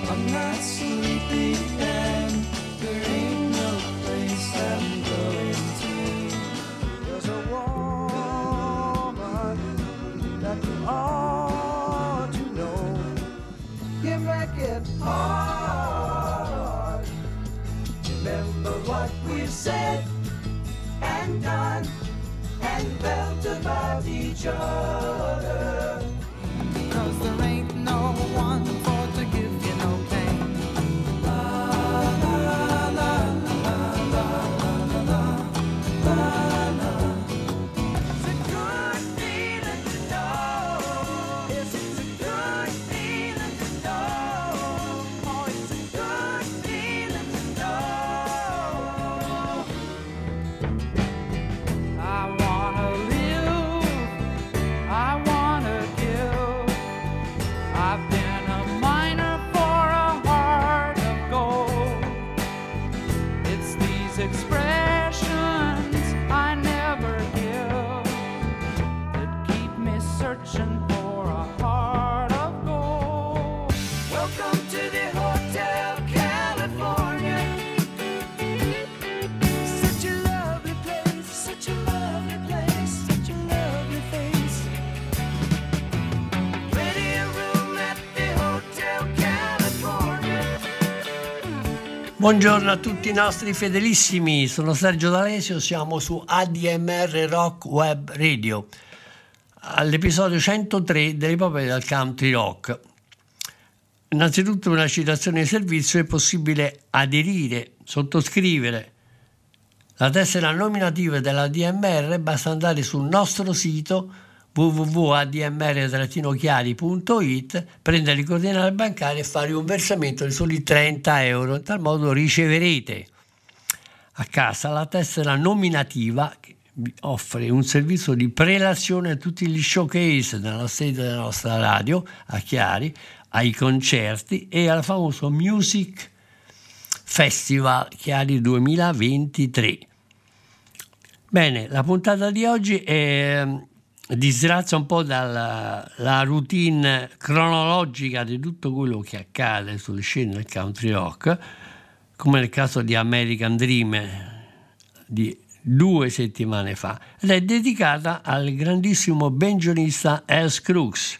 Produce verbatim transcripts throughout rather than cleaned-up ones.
I'm not sleepy and there ain't no place I'm going to. There's a woman that you ought to know. You make it hard. Remember what we've said and done and felt about each other. 'Cause there ain't no one for to give you no pain. La la la la la la la la la. It's a good feeling to know. Yes, it's a good feeling to know. Oh, it's a good feeling to know. I wanna live, I wanna give. I've been a miner for a heart of gold. It's these expressions I never give that keep me searching for a heart of gold. Welcome to the Hotel California. Such a lovely place, such a lovely place, such a lovely face. Plenty of room at the Hotel California. Buongiorno a tutti i nostri fedelissimi, sono Sergio D'Alesio, siamo su A D M R Rock Web Radio, all'episodio centotré dell'epopea del country rock. Innanzitutto una citazione di servizio: è possibile aderire, sottoscrivere la tessera nominativa della A D M R, basta andare sul nostro sito w w w punto a d m r chiari punto i t, prendere le coordinate bancarie e fare un versamento di soli trenta euro. In tal modo riceverete a casa la tessera nominativa che vi offre un servizio di prelazione a tutti gli showcase nella sede della nostra radio, a Chiari, ai concerti e al famoso Music Festival Chiari duemilaventitré. Bene, la puntata di oggi è disgrazia un po' dalla la routine cronologica di tutto quello che accade sulle scene del country rock, come nel caso di American Dream di due settimane fa, ed è dedicata al grandissimo banjonista Al Scruggs,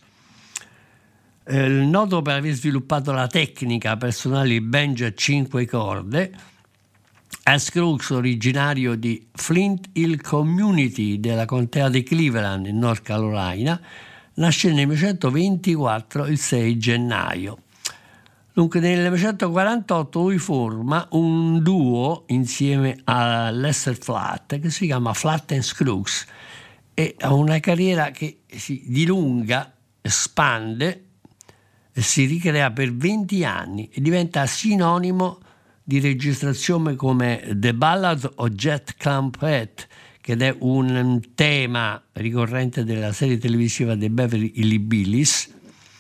eh, noto per aver sviluppato la tecnica personale di banjo a cinque corde. Al Scruggs, originario di Flint Hill Community della contea di Cleveland in North Carolina, nasce nel millenovecentoventiquattro, il sei gennaio. Dunque nel millenovecentoquarantotto lui forma un duo insieme a Lester Flatt che si chiama Flatt and Scruggs e ha una carriera che si dilunga, espande e si ricrea per venti anni e diventa sinonimo di registrazione come The Ballad of Jet Clampett, che è un tema ricorrente della serie televisiva dei Beverly Hillbillies,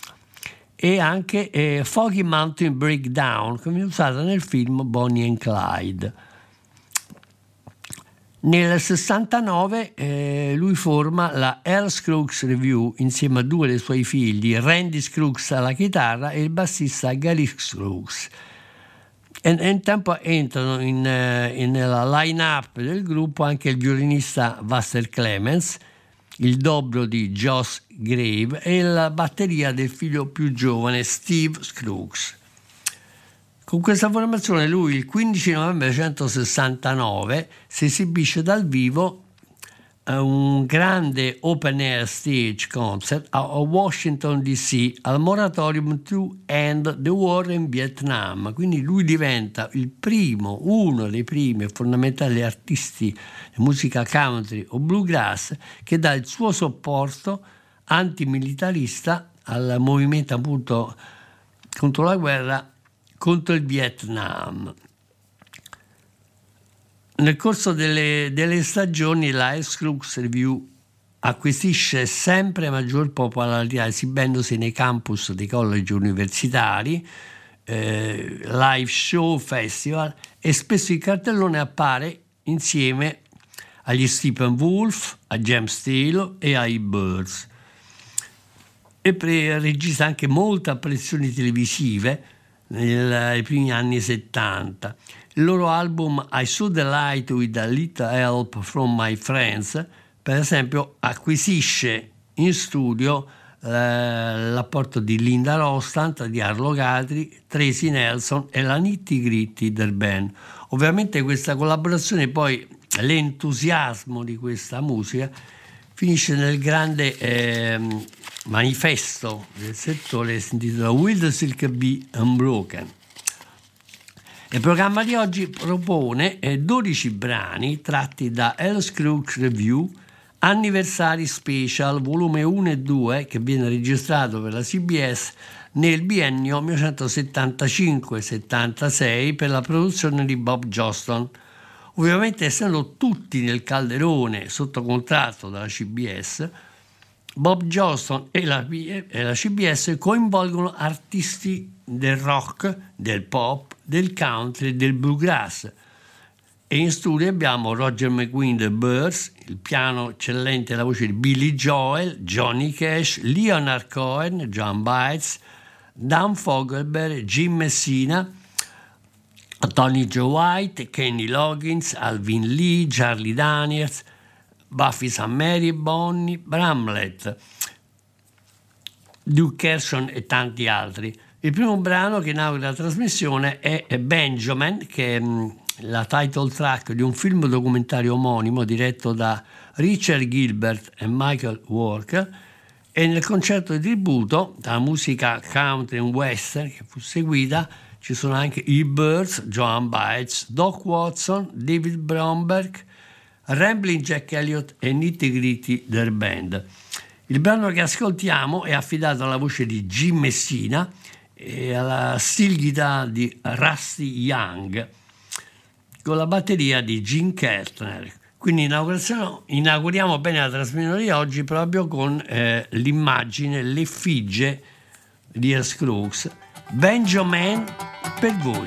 e anche eh, Foggy Mountain Breakdown, che è usata nel film Bonnie and Clyde. Nel sessantanove eh, lui forma la Al Scruggs Review insieme a due dei suoi figli, Randy Scruggs alla chitarra e il bassista Gary Scruggs. E in tempo entrano in, in, nella line-up del gruppo anche il violinista Buster Clemens, il dobro di Josh Grave e la batteria del figlio più giovane Steve Scruggs. Con questa formazione lui il quindici novembre millenovecentosessantanove si esibisce dal vivo a un grande open air stage concert a Washington D C al Moratorium to End the War in Vietnam. Quindi lui diventa il primo, uno dei primi e fondamentali artisti di musica country o bluegrass che dà il suo supporto antimilitarista al movimento appunto contro la guerra contro il Vietnam. Nel corso delle, delle stagioni la Al Scruggs Review acquisisce sempre maggior popolarità esibendosi nei campus dei college universitari, eh, live show, festival, e spesso il cartellone appare insieme agli Stephen Wolf, a James Steele e ai Birds. E pre- registra anche molte apparizioni televisive nei primi anni settanta. Il loro album I Saw the Light with a Little Help from My Friends, per esempio, acquisisce in studio eh, l'apporto di Linda Ronstadt, di Arlo Guthrie, Tracy Nelson e la Nitty Gritty del band. Ovviamente questa collaborazione, poi l'entusiasmo di questa musica finisce nel grande eh, manifesto del settore, si intitola Will the Silk Be Unbroken. Il programma di oggi propone dodici brani tratti da Hello Scrooge Review Anniversary Special volume uno e due, che viene registrato per la C B S nel biennio millenovecentosettantacinque settantasei per la produzione di Bob Johnston. Ovviamente, essendo tutti nel calderone sotto contratto dalla C B S, Bob Johnston e la, e la C B S coinvolgono artisti del rock, del pop, del country, del bluegrass. E in studio abbiamo Roger McGuinn dei Byrds, il piano eccellente e la voce di Billy Joel, Johnny Cash, Leonard Cohen, John Baez, Dan Fogelberg, Jim Messina, Tony Joe White, Kenny Loggins, Alvin Lee, Charlie Daniels, Buffy Sammeri, Bonnie Bramlett, Duke Erson e tanti altri. Il primo brano che inaugura la trasmissione è Benjamin, che è la title track di un film documentario omonimo diretto da Richard Gilbert e Michael Walker, e nel concerto di tributo alla musica country and western che fu seguita ci sono anche i Byrds, Joan Baez, Doc Watson, David Bromberg, Ramblin' Jack Elliott e Nitty Gritty del band. Il brano che ascoltiamo è affidato alla voce di Jim Messina e alla steel guitar di Rusty Young, con la batteria di Gene Keltner. Quindi inauguriamo bene la trasmissione di oggi proprio con eh, l'immagine, l'effigie di Hello Scrooge. Benjamin per voi.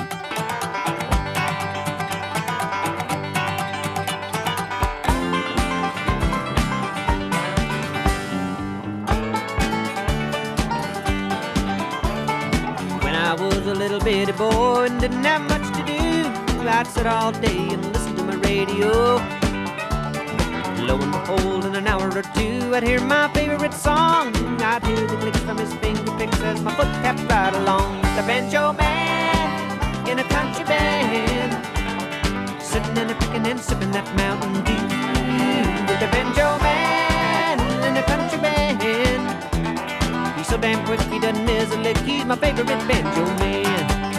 When I was a little bitty boy and didn't have much to do, I'd sit all day and listen to my radio. Lo and behold, in an hour or two, I'd hear my favorite song. I'd hear the clicks from his fingerpicks as my foot tapped right along. The banjo man in a country band, sitting and a picking and sipping that Mountain Dew. The banjo man in a country band, he's so damn quick he doesn't miss a lick. He's my favorite banjo man.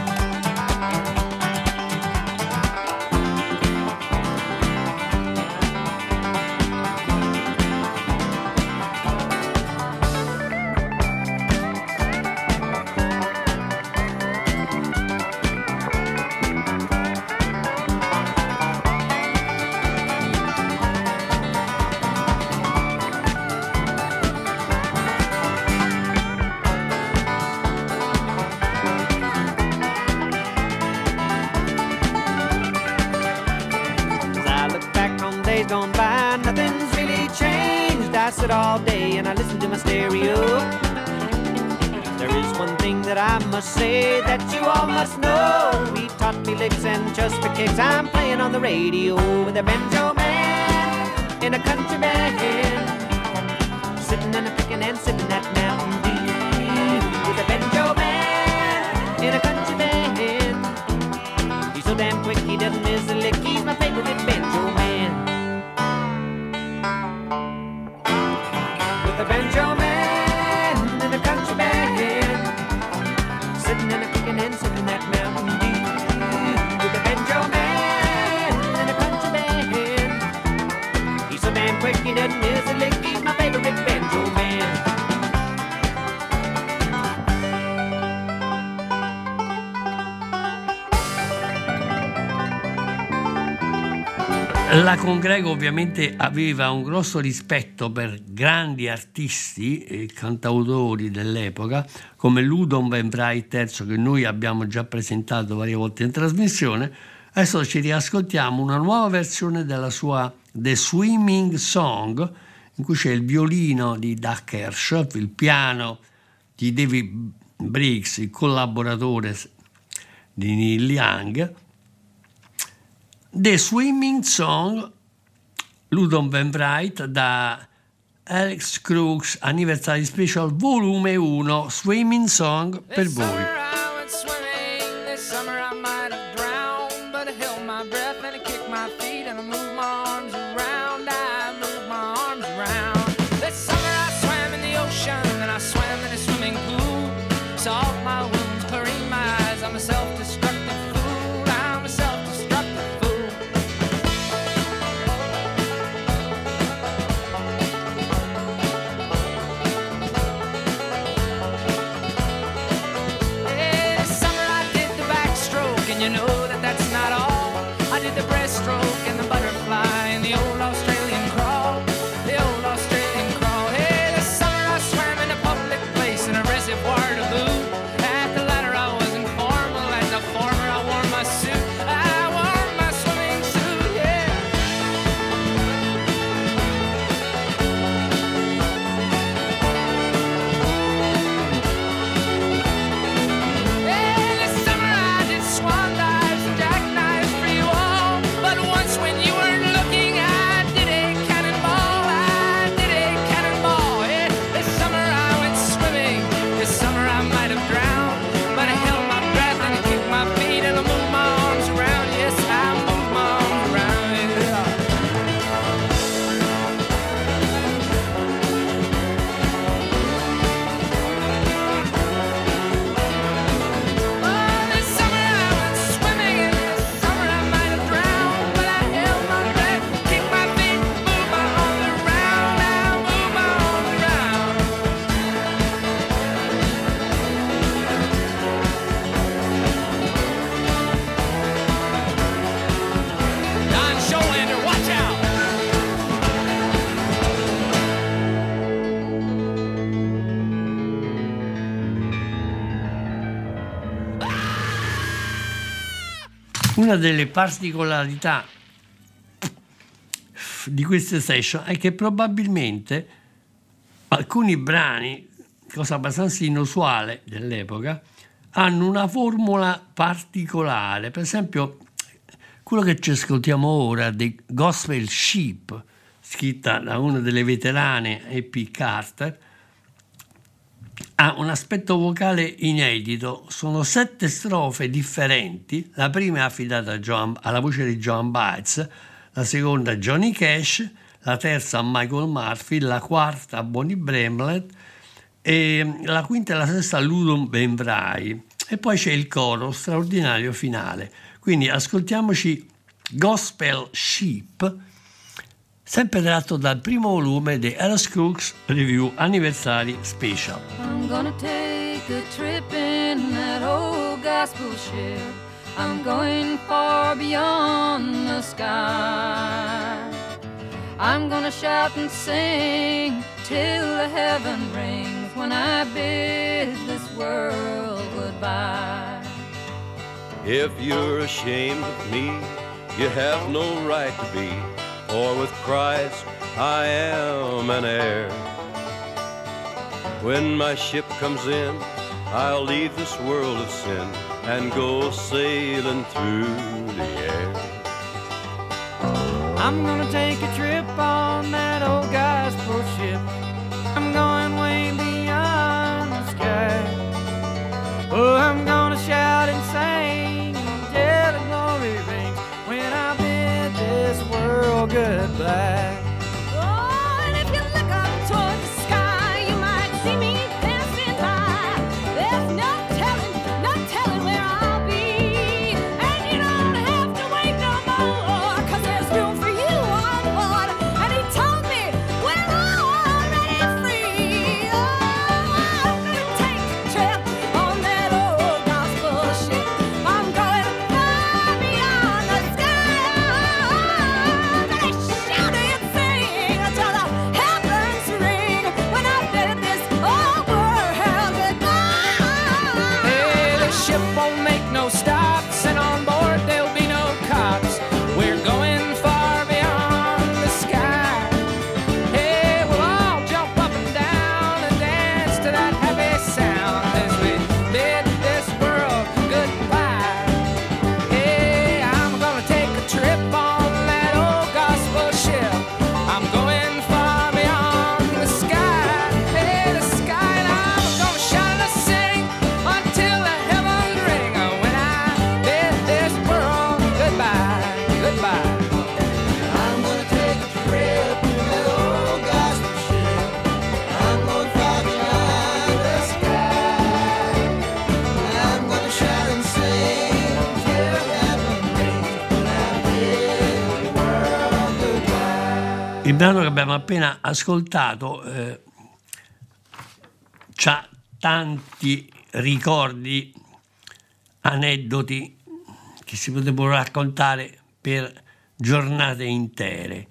Gone by, nothing's really changed. I sit all day and I listen to my stereo. There is one thing that I must say that you all must know. He taught me licks and just for kicks I'm playing on the radio with a banjo man in a country band, sitting and a picking and sipping that Mountain Dew. With a banjo man in a country band, he's so damn quick he doesn't miss a lick. He's my favorite banjo man. The banjo man in a country band, sitting in a picking and sipping that Mountain Dew. With the banjo man in a country band, he's so damn quick he doesn't miss a lick. He's my favorite banjo man. La congrega ovviamente aveva un grosso rispetto per grandi artisti e cantautori dell'epoca come Ludon Van Wright terzo, che noi abbiamo già presentato varie volte in trasmissione. Adesso ci riascoltiamo una nuova versione della sua The Swimming Song, in cui c'è il violino di Doug Hershoff, il piano di David Briggs, il collaboratore di Neil Young, The Swimming Song, Ludon Wainwright, da Alex Crooks Anniversary Special volume uno, Swimming Song per voi. Una delle particolarità di queste session è che probabilmente alcuni brani, cosa abbastanza inusuale dell'epoca, hanno una formula particolare. Per esempio, quello che ci ascoltiamo ora, The Gospel Sheep, scritta da una delle veterane E P Carter, ha un aspetto vocale inedito. Sono sette strofe differenti. La prima è affidata a Joan, alla voce di Joan Baez, la seconda a Johnny Cash, la terza a Michael Murphy, la quarta a Bonnie Bramlett e la quinta e la sesta a Ludon Wainwright. E poi c'è il coro straordinario finale. Quindi ascoltiamoci Gospel Sheep, sempre tratto dal primo volume di Alex Crooks Review Anniversary Special. I'm gonna take a trip in that old gospel ship. I'm going far beyond the sky. I'm gonna shout and sing till the heaven rings when I bid this world goodbye. If you're ashamed of me, you have no right to be. For with Christ I am an heir. When my ship comes in, I'll leave this world of sin and go sailing through the air. I'm gonna take a trip on that old gospel ship. I'm going way beyond the sky. Oh, I'm gonna shout and sing till the glory rings when I bid this world goodbye. Oh, and if you look up toward the sky, you might see me passing by. There's no telling, no telling where I'll be. And you don't have to wait no more, 'cause there's room for you on board. And he told me when I already Il brano che abbiamo appena ascoltato eh, c'ha tanti ricordi, aneddoti che si potrebbero raccontare per giornate intere.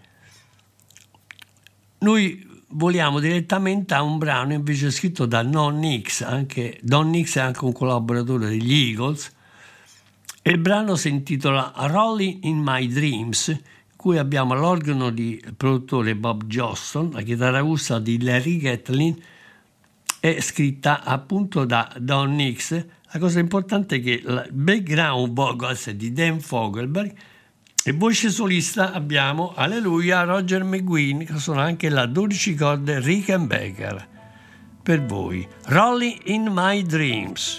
Noi voliamo direttamente a un brano invece scritto da Don Hicks. Anche Don Hicks è anche un collaboratore degli Eagles, e il brano si intitola Rolling in My Dreams, in cui abbiamo l'organo di produttore Bob Johnston, la chitarra acustica di Larry Gatlin, è scritta appunto da Don Hicks. La cosa importante è che il background vocals è di Dan Fogelberg e voce solista abbiamo Alleluia Roger McGuinn, che sono anche la dodici corde Rickenbacker. Per voi Rolling in My Dreams.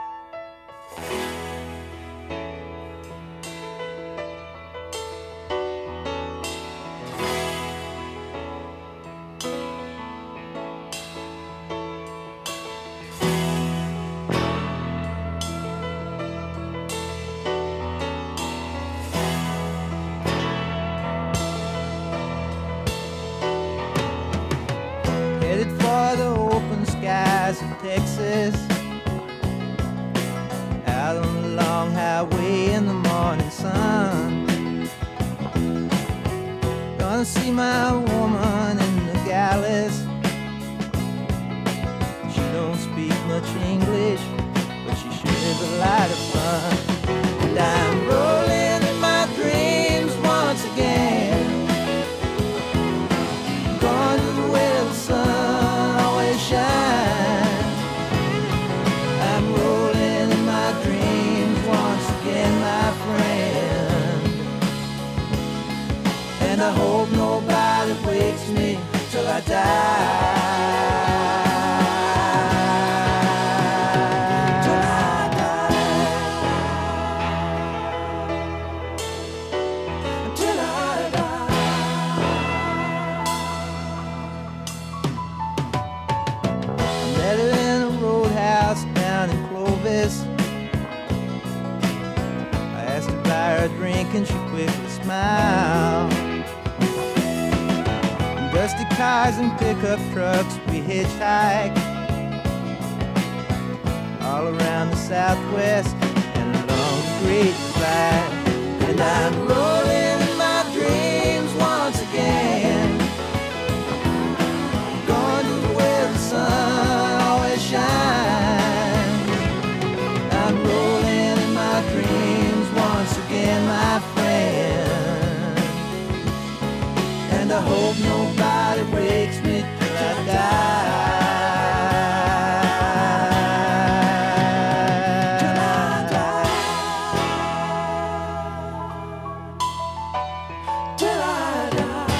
Texas, out on the long highway in the morning sun. Gonna see my woman in the Nogales. She don't speak much English, but she sure is a lot of fun. And I'm rolling in my dreams once again, going to where the sun always shines. And I hope nobody wakes me till I die. Till I die. Till I die. I met her in a roadhouse down in Clovis. I asked her to buy her a drink and she quickly smiled. Dusty cars and pickup trucks, we hitchhike all around the Southwest and along the Great Divide. And I'm rolling in my dreams once again, going to where the sun always shines. I'm rolling in my dreams once again, my friend. And I hope nobody wakes me till I die. Till I die. Till I die.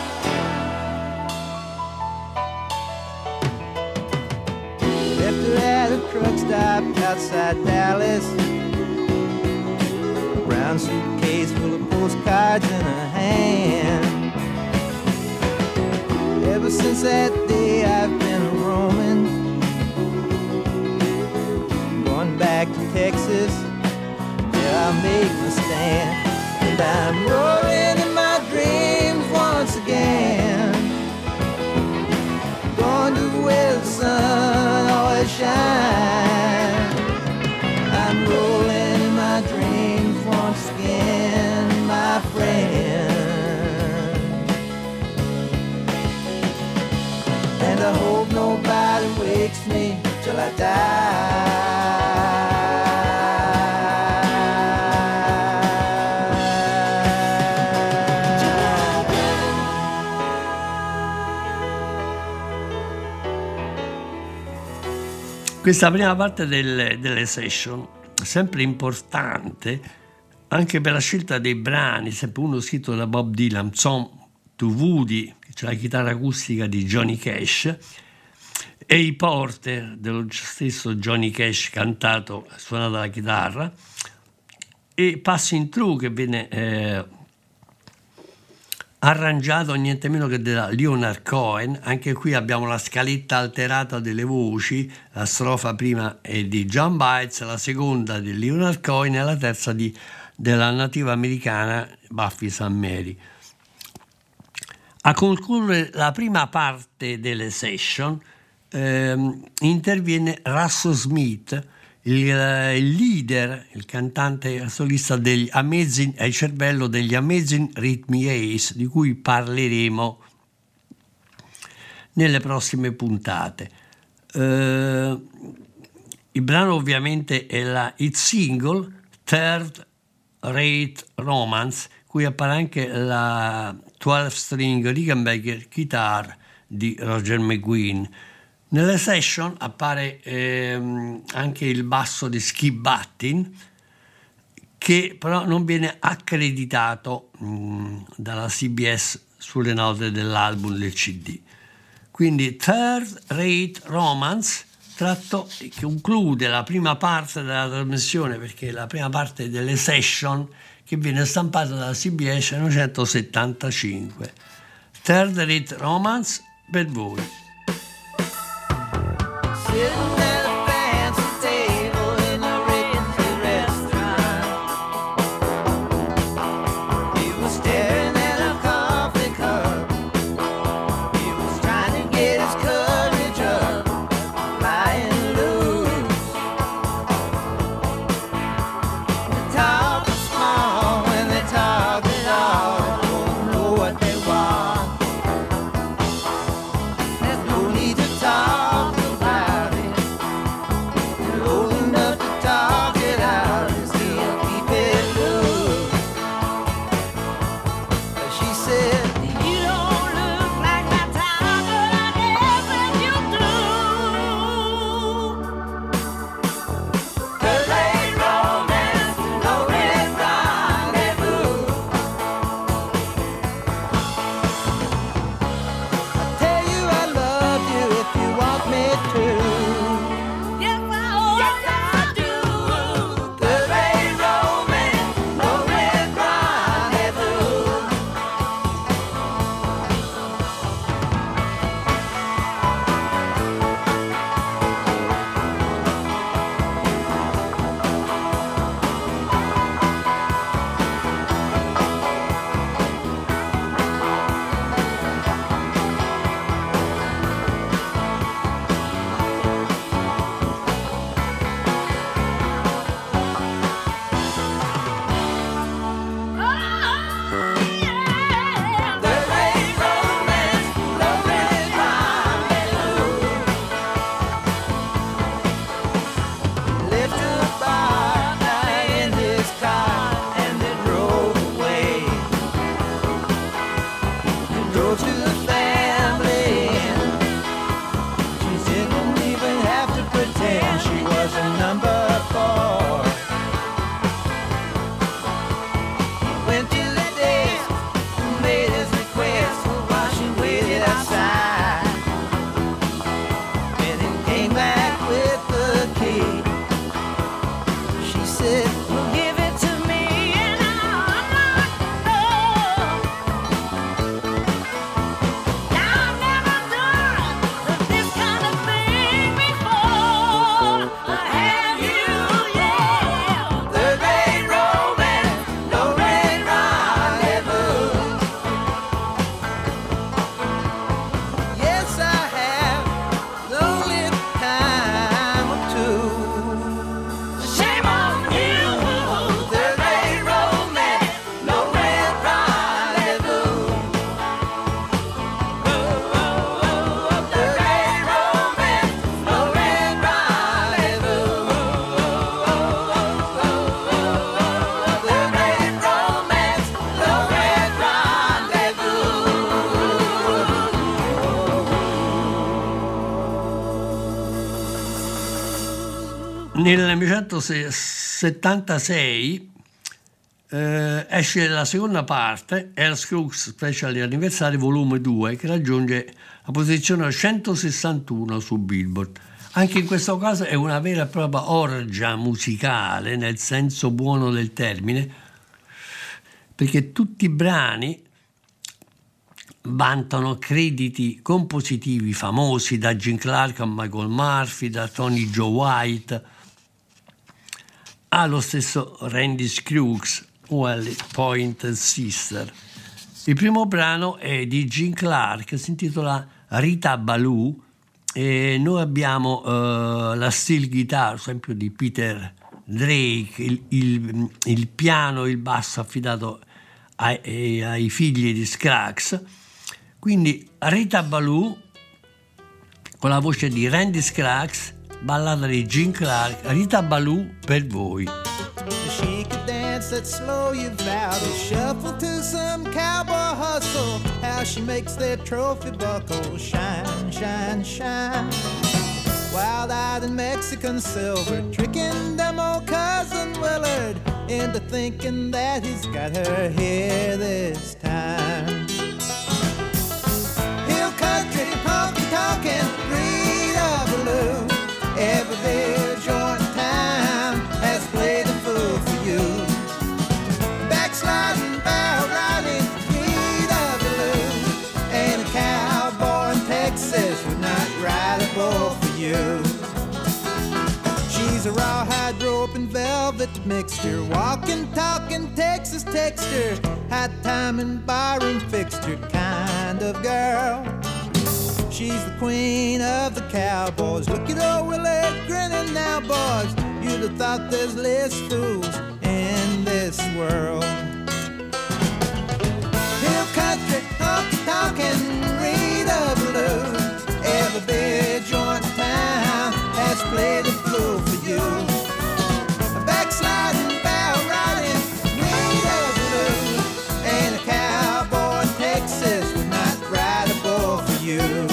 Left her at a truck stop outside Dallas, a brown suitcase full of postcards in her hand. Ever since that day I've been roaming, going back to Texas, where I'll make my stand. And I'm rolling in my dreams once again, going to where the sun always shines. I'm rolling in my dreams once again, my friend. And I hope nobody wakes me till I die. Questa prima parte del, delle session è sempre importante anche per la scelta dei brani, sempre uno scritto da Bob Dylan, Song to Woody, che c'è la chitarra acustica di Johnny Cash, e i Porter dello stesso Johnny Cash cantato, suonato alla chitarra, e Passing Through che viene eh, arrangiato niente meno che da Leonard Cohen. Anche qui abbiamo la scaletta alterata delle voci, la strofa prima è di John Baez, la seconda di Leonard Cohen e la terza di, della nativa americana Buffy Sammeri. A concludere la prima parte delle session ehm, interviene Russell Smith, il, il leader, il cantante solista degli Amazing, è il cervello degli Amazing Rhythm Ace, di cui parleremo nelle prossime puntate. Eh, il brano ovviamente è la hit single Third Rate Romance, cui appare anche la twelve string Rickenbacker guitar di Roger McGuinn. Nelle session appare ehm, anche il basso di Skip Battin, che però non viene accreditato mh, dalla C B S sulle note dell'album del C D. Quindi Third Rate Romance, tratto che conclude la prima parte della trasmissione, perché la prima parte delle session che viene stampata dalla C B S millenovecentosettantacinque. Third Rate Romance per voi. Sitting at a fancy table in a ritzy restaurant, he was staring at a coffee cup. He was trying to get his courage up, lying loose. The talk is small when they talk it all. They don't know what they want. There's no need to talk about it. You're old enough to talk it out and still keep it loose. But she said, you don't look like that time, but I guess that you do. Third rate romance, no red rendezvous. I tell you I love you if you want me to. Yes, I, yes, I do. Third rate romance, no red rendezvous. Third rate romance, no red rendezvous. Left a bar in his car and they drove away. They drove to the family. She didn't even have to pretend she was a number four. He went to the desk and made his request while she waited outside. When he came back with the key, she said, well, give it to me and I'll unlock the door. Now I've never done this kind of thing before. Have you, yeah? Third rate romance, no red rendezvous. Yes, I have, lonely time or two. Shame on you. Third rate romance, no red rendezvous. Third rate romance, no red rendezvous. Third rate romance, no red rendezvous. Nel millenovecentosettantasei eh, esce la seconda parte, Earl Scruggs Special Anniversary volume due, che raggiunge la posizione centosessantuno su Billboard. Anche in questo caso è una vera e propria orgia musicale, nel senso buono del termine, perché tutti i brani vantano crediti compositivi famosi, da Gene Clark a Michael Murphy, da Tony Joe White allo stesso Randy Scruggs o alle Pointer Sister. Il primo brano è di Gene Clark, si intitola Rita Ballou e noi abbiamo uh, la steel guitar, sempre di Peter Drake, il, il, il piano, il basso affidato ai, ai figli di Scruggs. Quindi Rita Ballou con la voce di Randy Scruggs, ballata di Gene Clark, Rita Ballou per voi. She could dance that slow you vow to shuffle to some cowboy hustle. How she makes that trophy buckle shine, shine, shine. Wild-eyed and Mexican silver, tricking them old cousin Willard into thinking that he's got her here this time. Hill country, honky-tonkin', Rita Ballou, every beer joint in town has played a fool for you. Backsliding, barrel riding, Rita Ballou, and a cowboy in Texas would not ride a bull for you. She's a rawhide rope and velvet mixture, walking, talking Texas texture, high time and barroom fixture kind of girl. She's the queen of the cowboys. Look at old Willie grinning now, boys. You'd have thought there's less fools in this world. Hill country, honky-tonkin', Rita Ballou, every beer joint in town has played a fool for you. A backsliding, barrel riding, Rita Ballou, and a cowboy in Texas would not ride a bull for you.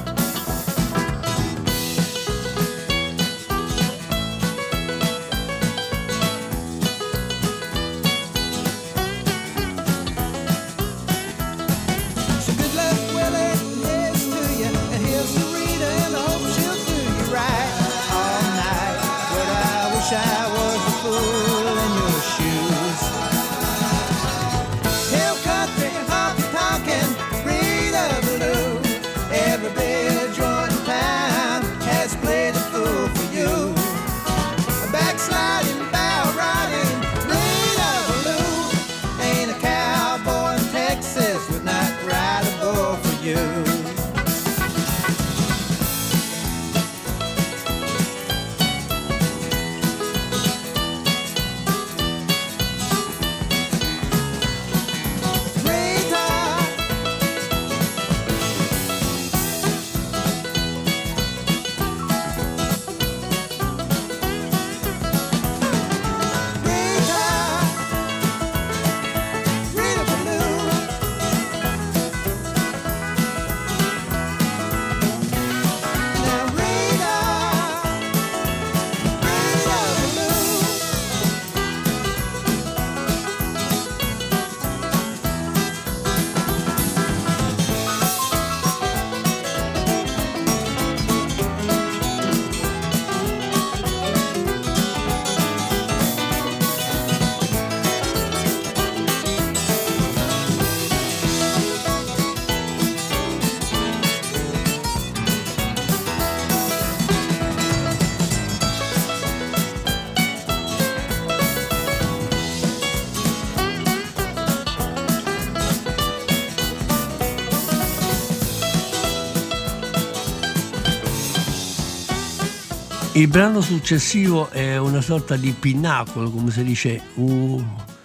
Il brano successivo è una sorta di pinnacolo, come si dice, un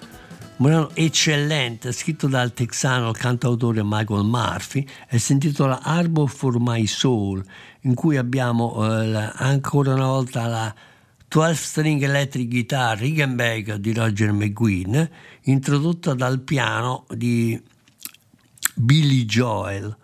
brano eccellente, scritto dal texano cantautore Michael Murphy, e si intitola Harbor for My Soul, in cui abbiamo eh, ancora una volta la twelve string electric guitar Rickenbacker di Roger McGuinn, introdotta dal piano di Billy Joel.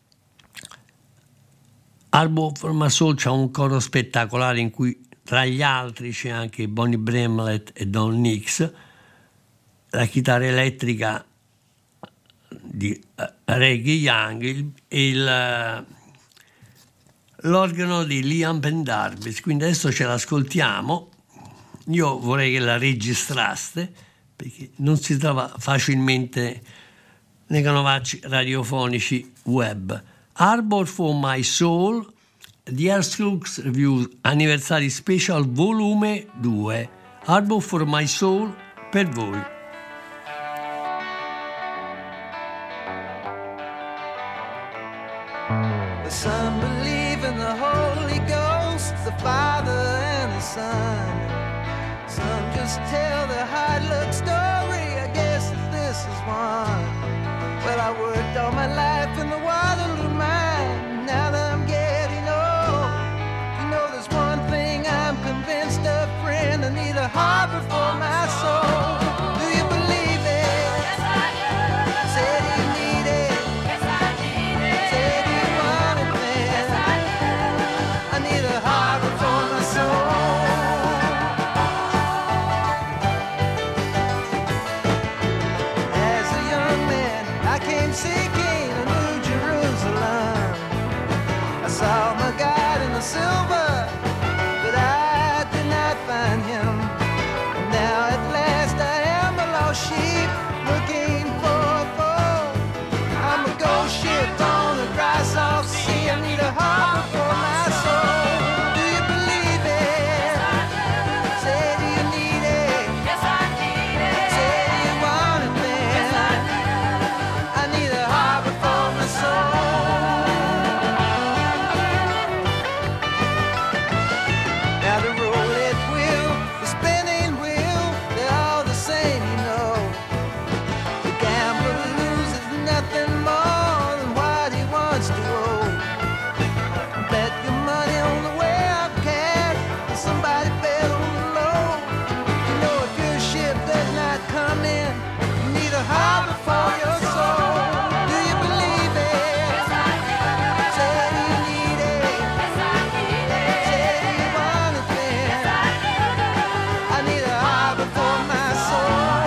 Harbor for My Soul c'ha un coro spettacolare in cui tra gli altri c'è anche Bonnie Bramlett e Don Nix, la chitarra elettrica di Reggie Young il, il, l'organo di Liam Pendarvis. Quindi adesso ce l'ascoltiamo. Io vorrei che la registraste perché non si trova facilmente nei canovacci radiofonici web. Harbor for My Soul, The Earthquakes Review Anniversary Special Volume due. Harbor for My Soul per voi. harbor for my soul. Do you believe it? Yes, I do. Say do you need it? Yes, I need it. Say do you want it, Yes, man? I do. I need a harbor for my soul. As a young man, I came seeking a New Jerusalem. I saw my God in the silver, but I did not find him. Now at last I am a lost sheep looking for a fold. I'm a ghost ship on the dry salt sea. I need a harbor for my soul. Do you believe it? Say do you need it? Yes, I need it. Say do you want it, Yes, I man? do. I need a harbor for my soul. Now the roulette wheel, the spinning wheel, they're all the same, you know. The gambler loses nothing more than what he wants to owe. Bet your money on the way up cat, and somebody bet on the low. You know if your ship does not come in, you need a harbor for your soul. Do you believe it? Yes, I do. Say do you need it? Yes, I need it. Say do you want it, Yes, man? I do. I need a harbor for my soul.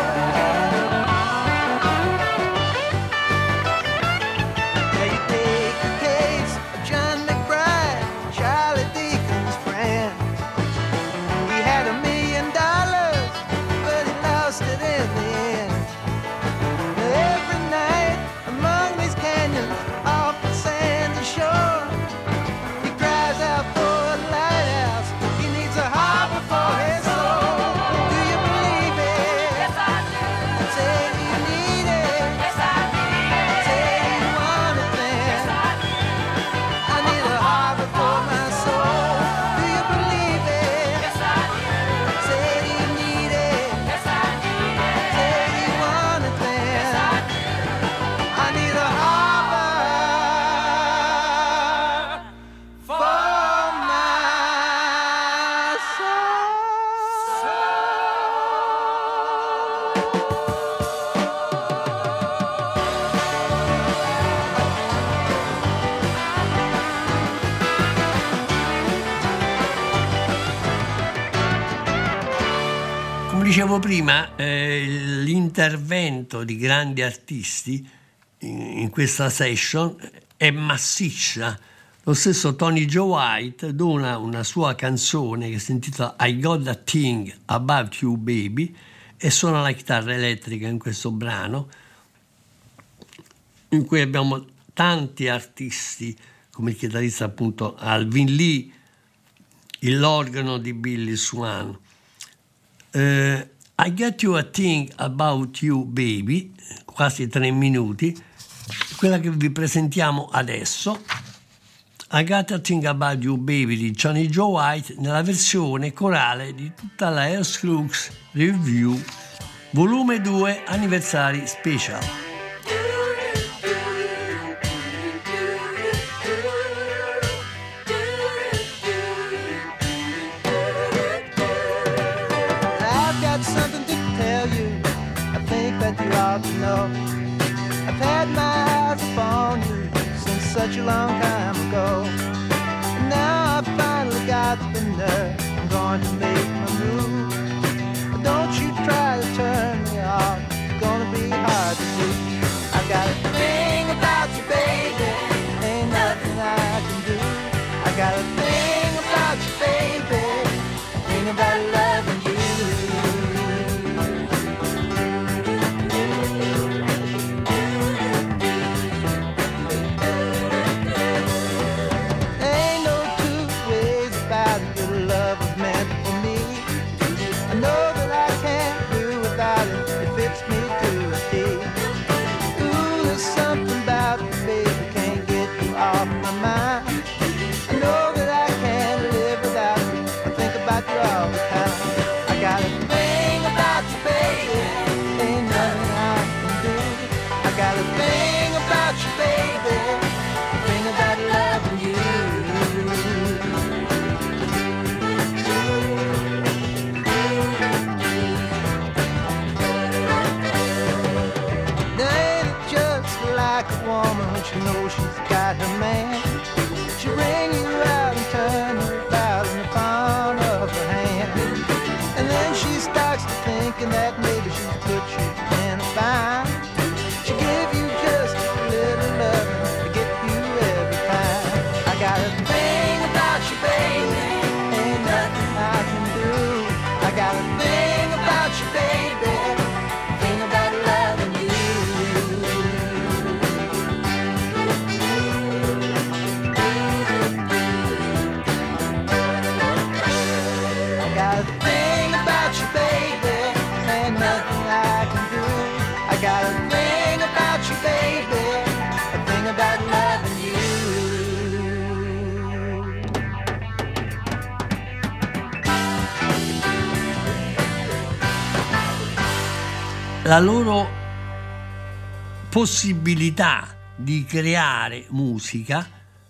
Now you take the case of John McBride, Charlie Deacon's friend. He had a million dollars, but he lost it in the end. Every night among these canyons off the sandy shore, he cries out for a lighthouse. He needs a harbor for his soul. Do you believe it? Yes, I do. Say do you need it? Yes, I need it. Say do you want it, Yes, man? I do. I need a harbor for my soul. Do you believe it? Yes, I do. Say do you need it? Yes, I need it. Say do you want it, Yes, man? I do. I need a harbor for my Come dicevo prima, eh, l'intervento di grandi artisti in, in questa session è massiccia. Lo stesso Tony Joe White dona una sua canzone che si intitola I Got a Thing About You Baby e suona la chitarra elettrica in questo brano, in cui abbiamo tanti artisti come il chitarrista appunto Alvin Lee, l'organo di Billy Swan. Uh, I Got You a Thing About You Baby, quasi tre minuti, quella che vi presentiamo adesso, I Got a Thing About You Baby di Johnny Joe White nella versione corale di tutta la Earth Crux Review volume due anniversari special. I've got something to tell you. I think that you ought to know. I've had my eyes upon you since such a long time ago. And now I finally got the nerve. I'm going to make my move. But don't you try to turn me off. It's gonna be hard to do. I got a thing about you, baby. Ain't nothing I can do. I got a thing about you, baby. Thing about loving you. thinking that maybe she's put you in a bind. She give you just a little loving to get you every time. I got a thing about you, baby, ain't nothing I can do. I got a thing about you, baby, a thing about loving you. I got a thing about you, baby, ain't nothing I can do. I got a thing about you, baby, a thing about loving you. La loro possibilità di creare musica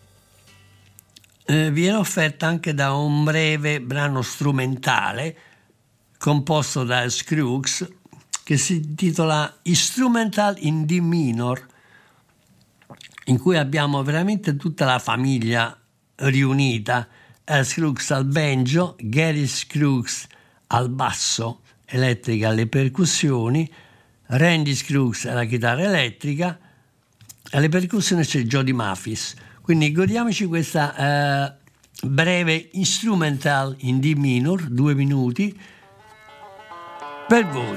eh, viene offerta anche da un breve brano strumentale composto da Scruggs che si intitola Instrumental in D minor, in cui abbiamo veramente tutta la famiglia riunita: Al Scruggs al banjo, Gary Scruggs al basso elettrica alle percussioni, Randy Scruggs alla chitarra elettrica, alle percussioni c'è Jody Mathis. Quindi godiamoci questa eh, breve instrumental in D minor, due minuti, per voi.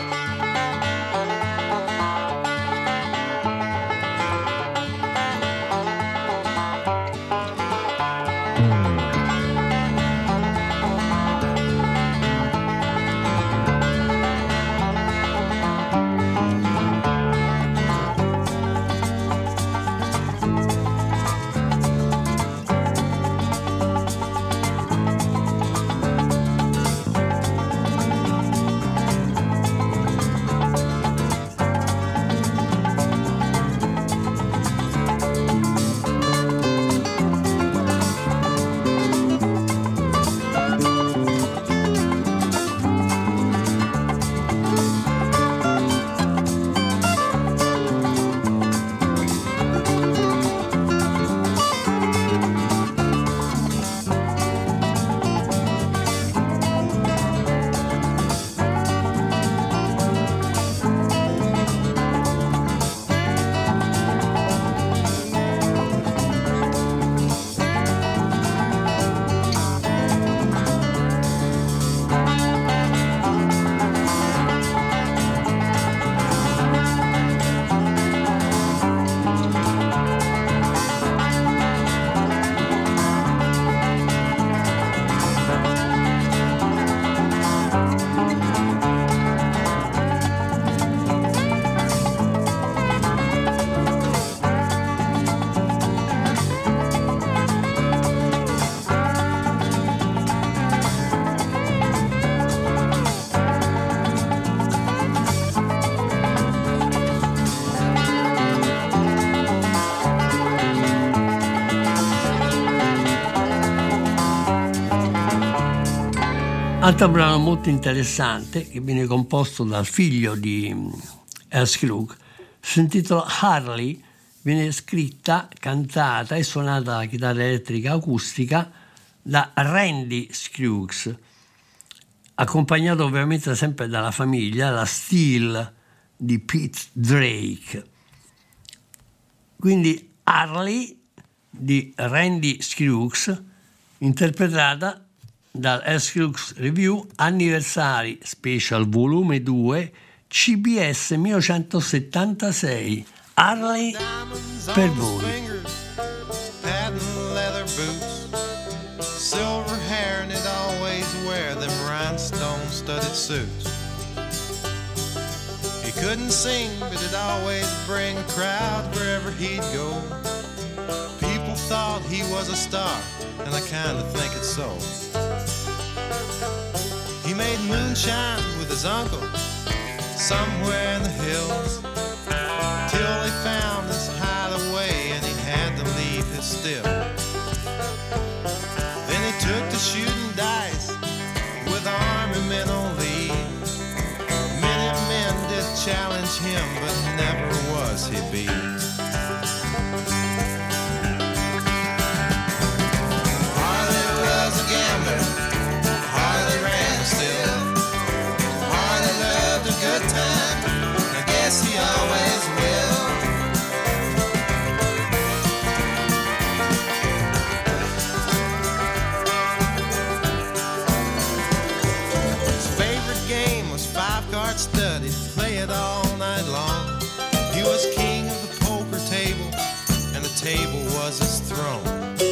Altro brano molto interessante che viene composto dal figlio di Al Scruggs si intitola Harley, viene scritta, cantata e suonata alla chitarra elettrica acustica da Randy Scruggs, accompagnato ovviamente sempre dalla famiglia, la Steel di Pete Drake. Quindi Harley di Randy Scruggs, interpretata dal Al Scruggs Review Anniversary Special Volume due C B S millenovecentosettantasei. Harley per voi. Patent leather boots, silver hair, and he'd always wear them rhinestone studded suits. He couldn't sing, but he'd always bring a crowd wherever he'd go. People thought he was a star, and I kinda think it's so. He made moonshine with his uncle somewhere in the hills, till they found his hideaway and he had to leave his still. Then he took to shooting dice with army men on leave. Many men did challenge him, but never was he beat. Harley was a gambler, Harley ran still. Harley five card study, play it all night long. He was king of the poker table, and the table was his throne.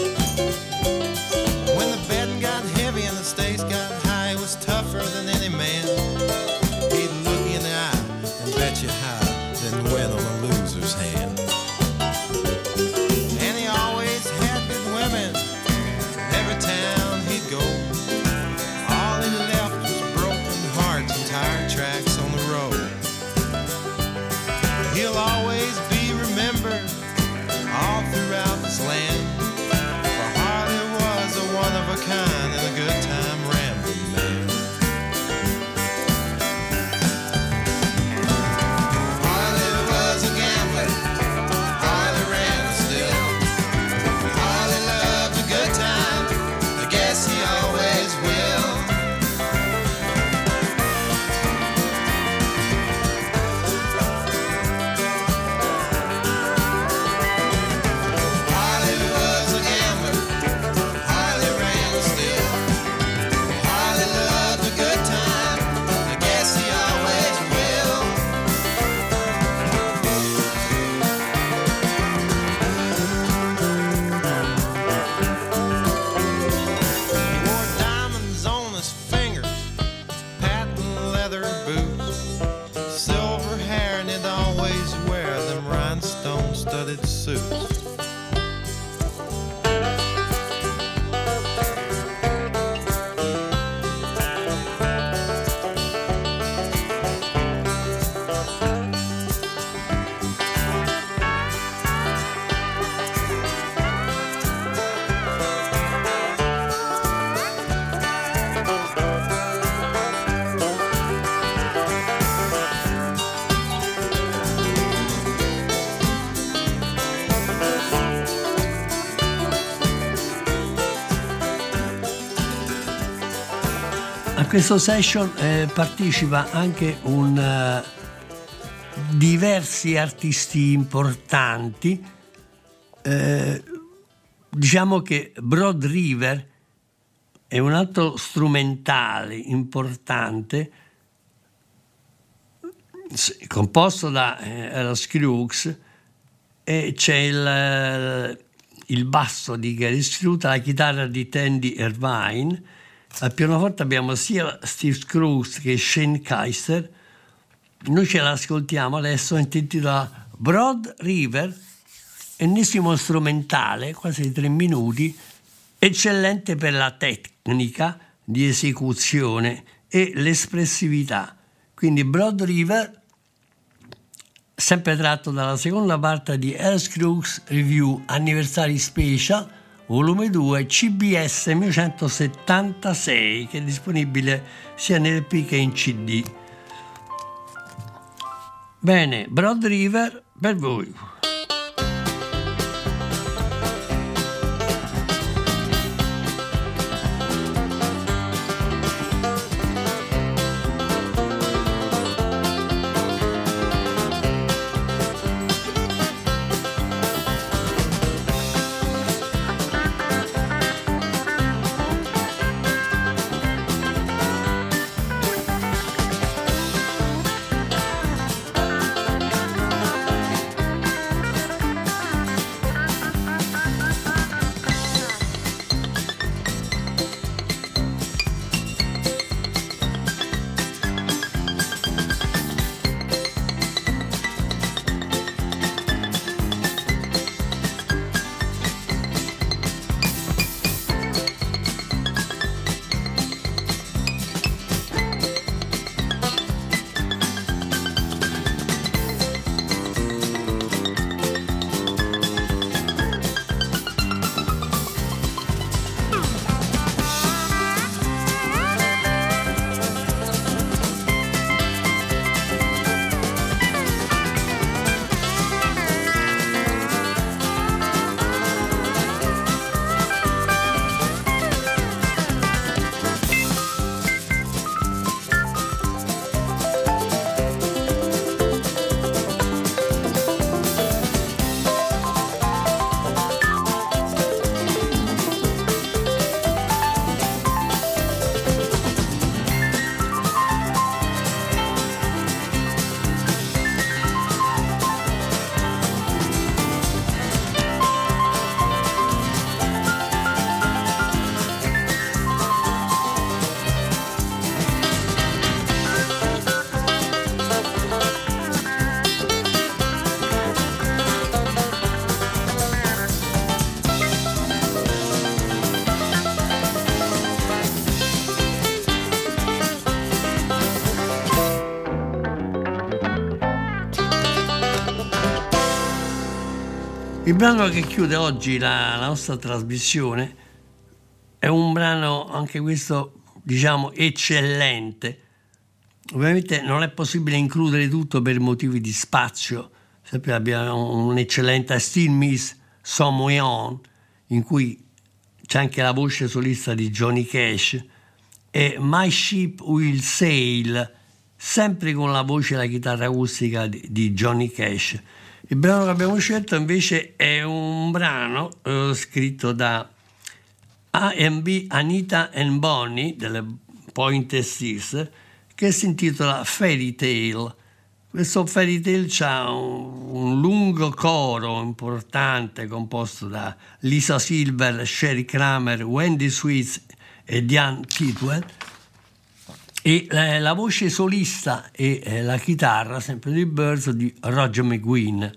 When the betting got heavy and the stakes got high, he was tougher than any man. He'd look you in the eye and bet you high, then win on the loser's hand. And he always had good women, every town he'd go. All he left was broken hearts and tire tracks on the road. He'll always be remembered all throughout this land, for Harley was a one of a kind and a good time rambling man. Harley was a gambler, Harley ran still. Harley loved a good time, I guess he always will. Harley was a gambler, Harley ran still. Harley loved a good time, I guess he always will. He wore diamonds on his fingers, patent leather boots, silver hair, and he'd always wear them rhinestone studded suits. A questo session eh, partecipa anche un, eh, diversi artisti importanti. Eh, diciamo che Broad River è un altro strumentale importante, s- composto da eh, Earl Scruggs, e c'è il, il basso di Gary Scruggs, la chitarra di Tandy Irvine. Al pianoforte abbiamo sia Steve Scruggs che Shane Keister. Noi ce l'ascoltiamo adesso, intitolata Broad River, ennesimo strumentale, quasi tre minuti, eccellente per la tecnica di esecuzione e l'espressività. Quindi Broad River, sempre tratto dalla seconda parte di Earl Scruggs Review Anniversary Special, volume due, C B S millenovecentosettantasei, che è disponibile sia nel P che in C D. Bene, Broad River per voi. Broad Il brano che chiude oggi la, la nostra trasmissione è un brano, anche questo, diciamo, eccellente. Ovviamente non è possibile includere tutto per motivi di spazio. Sempre abbiamo un'eccellente Still Miss Some Way On, in cui c'è anche la voce solista di Johnny Cash, e My Ship Will Sail, sempre con la voce e la chitarra acustica di, di Johnny Cash. Il brano che abbiamo scelto invece è un brano eh, scritto da A and B, Anita and Bonnie delle Pointer Sisters, che si intitola Fairy Tale. Questo Fairy Tale ha un, un lungo coro importante composto da Lisa Silver, Sherry Kramer, Wendy Sweets e Diane Tidwell, e la, la voce solista e eh, la chitarra, sempre di Birds, di Roger McGuinn,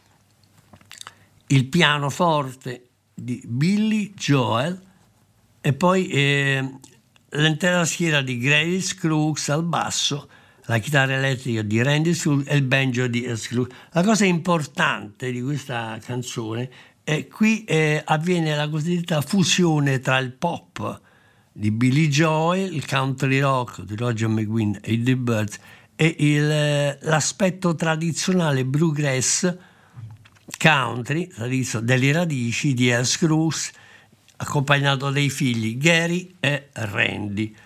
il pianoforte di Billy Joel e poi eh, l'intera schiera di Grady Scruggs al basso, la chitarra elettrica di Randy Scruggs e il banjo di Scruggs. La cosa importante di questa canzone è qui eh, avviene la cosiddetta fusione tra il pop di Billy Joel, il country rock di Roger McGuinn e i The Birds e il, l'aspetto tradizionale bluegrass country delle radici di Al Scruggs, accompagnato dai figli Gary e Randy.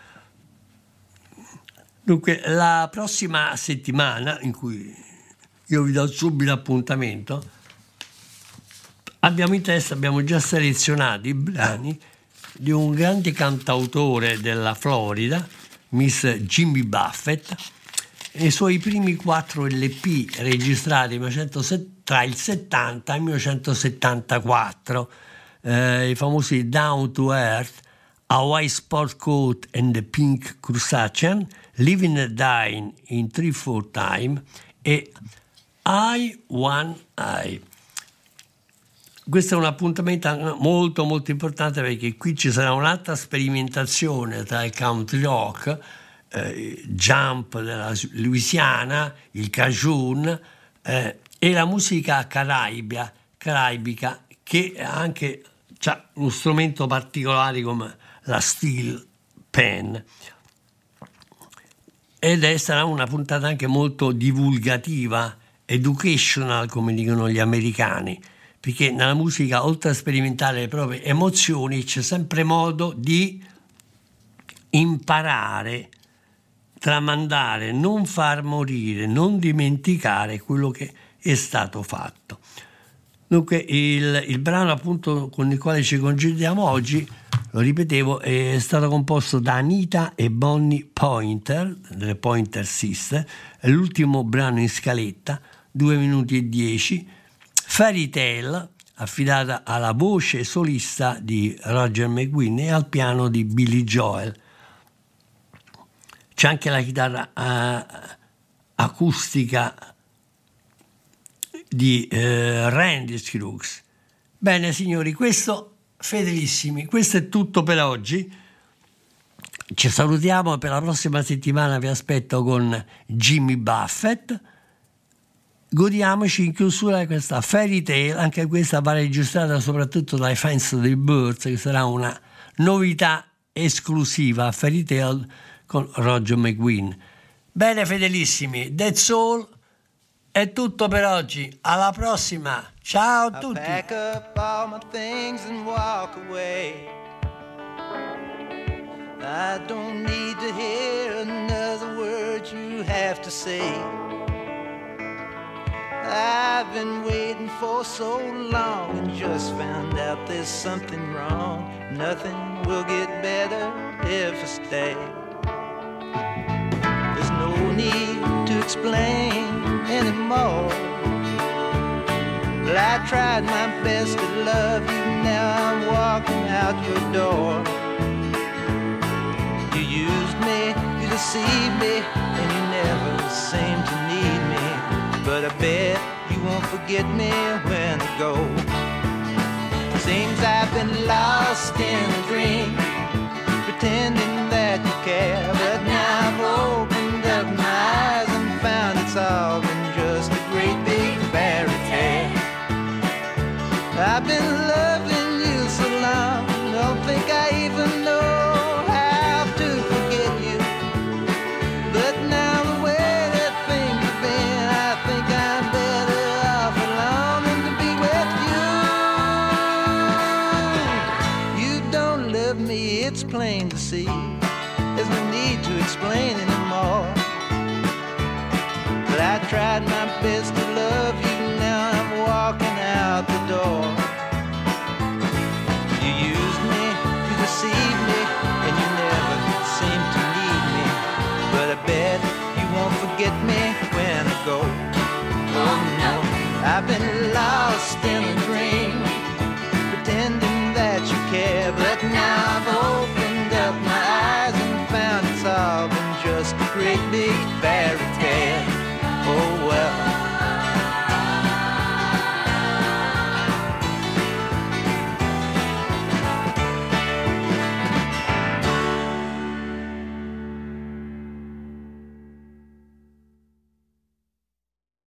Dunque, la prossima settimana, in cui io vi do subito appuntamento, abbiamo in testa, abbiamo già selezionato i brani di un grande cantautore della Florida, Miss Jimmy Buffett, e i suoi primi quattro L P registrati tra il settanta e il millenovecentosettantaquattro, eh, i famosi Down to Earth, A White Sport Coat and the Pink Crustacean, Living and Dying in Three Four Time e I One I. Questo è un appuntamento molto molto importante, perché qui ci sarà un'altra sperimentazione tra il country rock, eh, jump della Louisiana, il cajun eh, e la musica caraibica, caraibica che anche ha uno strumento particolare come la steel pan. Ed è sarà una puntata anche molto divulgativa, educational, come dicono gli americani, perché nella musica, oltre a sperimentare le proprie emozioni, c'è sempre modo di imparare, tramandare, non far morire, non dimenticare quello che è stato fatto. Dunque il, il brano appunto con il quale ci congediamo oggi, lo ripetevo, è stato composto da Anita e Bonnie Pointer, delle Pointer Sisters, è l'ultimo brano in scaletta, due minuti e dieci, Fairy Tale, affidata alla voce solista di Roger McGuinn e al piano di Billy Joel. C'è anche la chitarra uh, acustica di eh, Randy Scruggs. Bene signori, questo, fedelissimi, questo è tutto per oggi. Ci salutiamo, per la prossima settimana vi aspetto con Jimmy Buffett. Godiamoci in chiusura questa Fairy Tale, anche questa va registrata soprattutto dai fans dei Birds, che sarà una novità esclusiva, Fairy Tale con Roger McGuinn. Bene fedelissimi, that's all. È tutto per oggi, alla prossima, ciao a tutti. I pack up all my things and walk away. I don't need to hear another word you have to say. I've been waiting for so long and just found out there's something wrong. Nothing will get better if I stay. There's no need to explain anymore. Well, I tried my best to love you, now I'm walking out your door. You used me, you deceived me, and you never seemed to need me. But I bet you won't forget me when I go. Seems I've been lost in a dream, pretending that you care. But now I've opened up my eyes and found it's all been just a great big fairy tale. explain anymore. But I tried my best to love you, now I'm walking out the door. You used me, you deceived me, and you never seemed to need me. But I bet you won't forget me when I go. Oh no, I've been lost in a dream, pretending that you care. But now I've opened up my eyes and found it's all been just a great big